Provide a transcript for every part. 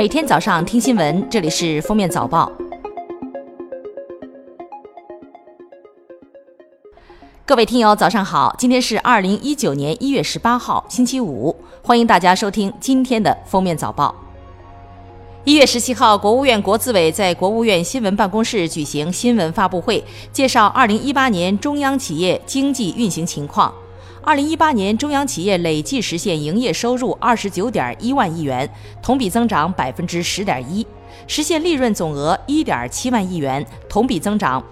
每天早上听新闻，这里是封面早报。各位听友早上好，今天是2019年1月18号星期五，欢迎大家收听今天的封面早报。1月17号，国务院国资委在国务院新闻办公室举行新闻发布会，介绍2018年中央企业经济运行情况。2018年中央企业累计实现营业收入29.1万亿元，同比增长10.1%，实现利润总额1.7万亿元，同比增长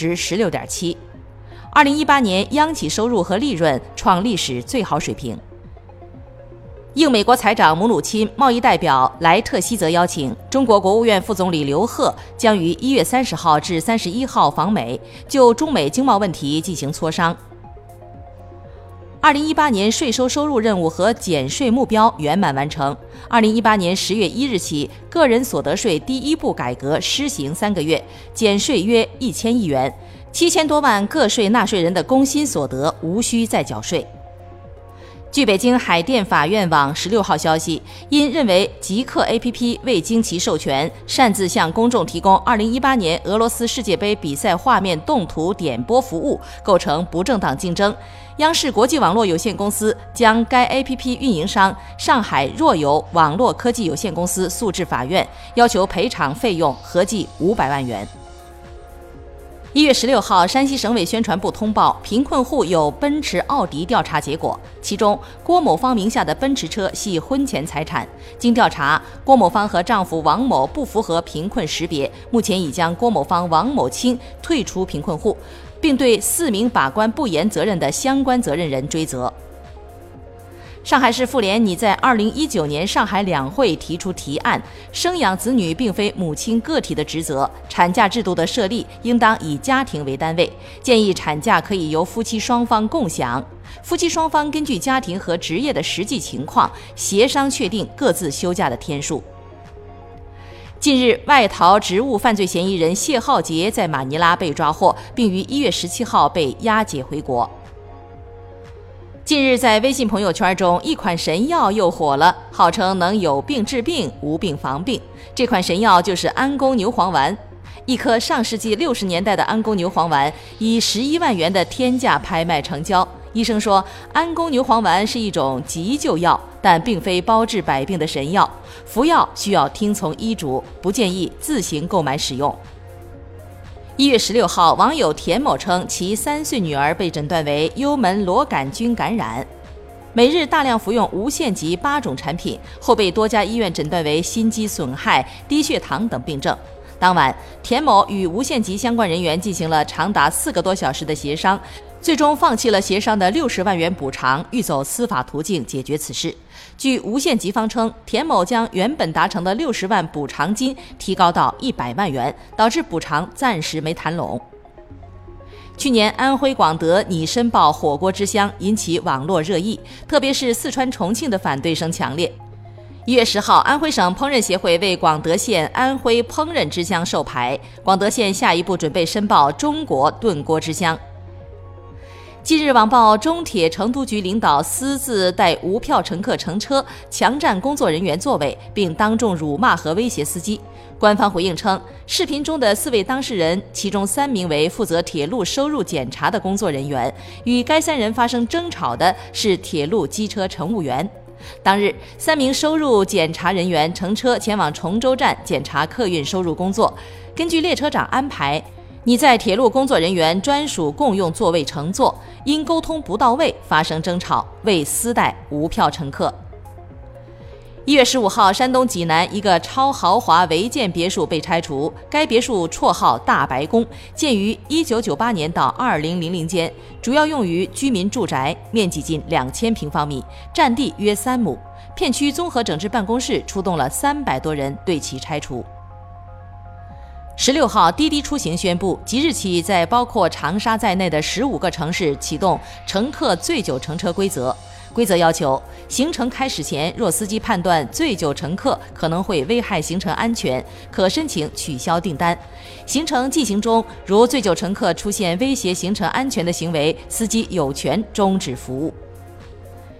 16.7%。2018年央企收入和利润创历史最好水平。应美国财长姆努钦、贸易代表莱特希泽邀请，中国国务院副总理刘鹤将于1月30号至31号访美，就中美经贸问题进行磋商。2018年税收收入任务和减税目标圆满完成。2018年10月1日起，个人所得税第一步改革施行3个月，减税约1000亿元，7000多万个税纳税人的工薪所得无需再缴税。据北京海淀法院网16号消息，因认为极客 APP 未经其授权，擅自向公众提供2018年俄罗斯世界杯比赛画面动图点播服务，构成不正当竞争，央视国际网络有限公司将该 APP 运营商上海若有网络科技有限公司诉至法院，要求赔偿费用合计500万元。1月16号，山西省委宣传部通报，贫困户有奔驰、奥迪调查结果，其中郭某芳名下的奔驰车系婚前财产。经调查，郭某芳和丈夫王某不符合贫困识别，目前已将郭某芳、王某清退出贫困户，并对4名把关不严责任的相关责任人追责。上海市妇联拟在2019年上海两会提出提案，生养子女并非母亲个体的职责，产假制度的设立应当以家庭为单位，建议产假可以由夫妻双方共享，夫妻双方根据家庭和职业的实际情况协商确定各自休假的天数。近日，外逃职务犯罪嫌疑人谢浩杰在马尼拉被抓获，并于1月17号被押解回国。近日，在微信朋友圈中，一款神药又火了，号称能有病治病，无病防病。这款神药就是安宫牛黄丸。一颗上世纪60年代的安宫牛黄丸以11万元的天价拍卖成交。医生说，安宫牛黄丸是一种急救药，但并非包治百病的神药，服药需要听从医嘱，不建议自行购买使用。1月16号，网友田某称其3岁女儿被诊断为幽门螺杆菌感染，每日大量服用无限极8种产品，后被多家医院诊断为心肌损害、低血糖等病症。当晚，田某与无限极相关人员进行了长达4个多小时的协商，最终放弃了协商的60万元补偿，欲走司法途径解决此事。据无限极方称，田某将原本达成的60万补偿金提高到100万元，导致补偿暂时没谈拢。去年安徽广德拟申报火锅之乡引起网络热议，特别是四川重庆的反对声强烈。1月10号，安徽省烹饪协会为广德县安徽烹饪之乡授牌，广德县下一步准备申报中国炖锅之乡。近日，网曝中铁成都局领导私自带无票乘客乘车，强占工作人员座位，并当众辱骂和威胁司机。官方回应称，视频中的4位当事人，其中3名为负责铁路收入检查的工作人员，与该3人发生争吵的是铁路机车乘务员。当日，3名收入检查人员乘车前往崇州站检查客运收入工作。根据列车长安排，拟在铁路工作人员专属共用座位乘坐，因沟通不到位发生争吵，未私带无票乘客。1月15号，山东济南一个超豪华违建别墅被拆除，该别墅绰号大白宫，建于1998年到2000间，主要用于居民住宅，面积近2000平方米，占地约3亩。片区综合整治办公室出动了300多人对其拆除。16号，滴滴出行宣布，即日起在包括长沙在内的15个城市启动乘客醉酒乘车规则。规则要求，行程开始前，若司机判断醉酒乘客可能会危害行程安全，可申请取消订单。行程进行中，如醉酒乘客出现威胁行程安全的行为，司机有权终止服务。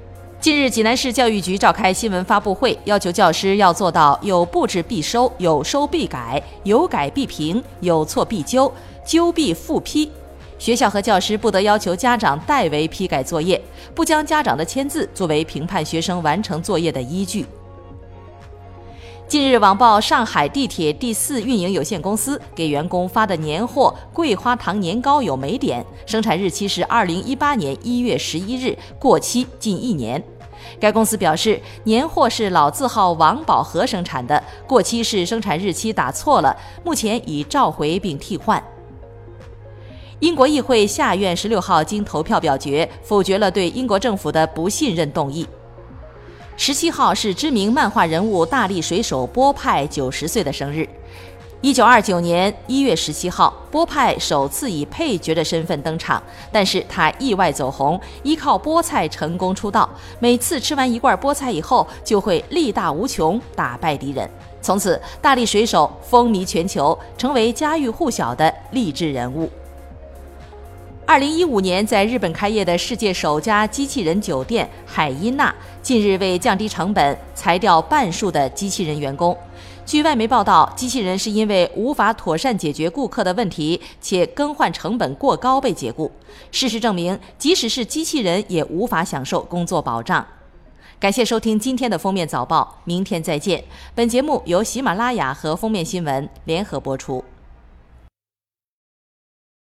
近日，济南市教育局召开新闻发布会，要求教师要做到有布置必收、有收必改、有改必评、有错必纠、纠必复批。学校和教师不得要求家长代为批改作业，不将家长的签字作为评判学生完成作业的依据。近日，网曝上海地铁第4运营有限公司给员工发的年货桂花糖年糕有霉点，生产日期是2018年1月11日，过期近1年。该公司表示，年货是老字号王宝和生产的，过期是生产日期打错了，目前已召回并替换。英国议会下院16号经投票表决，否决了对英国政府的不信任动议。17号是知名漫画人物大力水手波派90岁的生日。1929年1月17号，波派首次以配角的身份登场，但是他意外走红，依靠菠菜成功出道。每次吃完一罐菠菜以后，就会力大无穷，打败敌人。从此，大力水手风靡全球，成为家喻户晓的励志人物。2015年在日本开业的世界首家机器人酒店海茵娜，近日为降低成本，裁掉半数的机器人员工。据外媒报道，机器人是因为无法妥善解决顾客的问题，且更换成本过高被解雇。事实证明，即使是机器人也无法享受工作保障。感谢收听今天的封面早报，明天再见。本节目由喜马拉雅和封面新闻联合播出。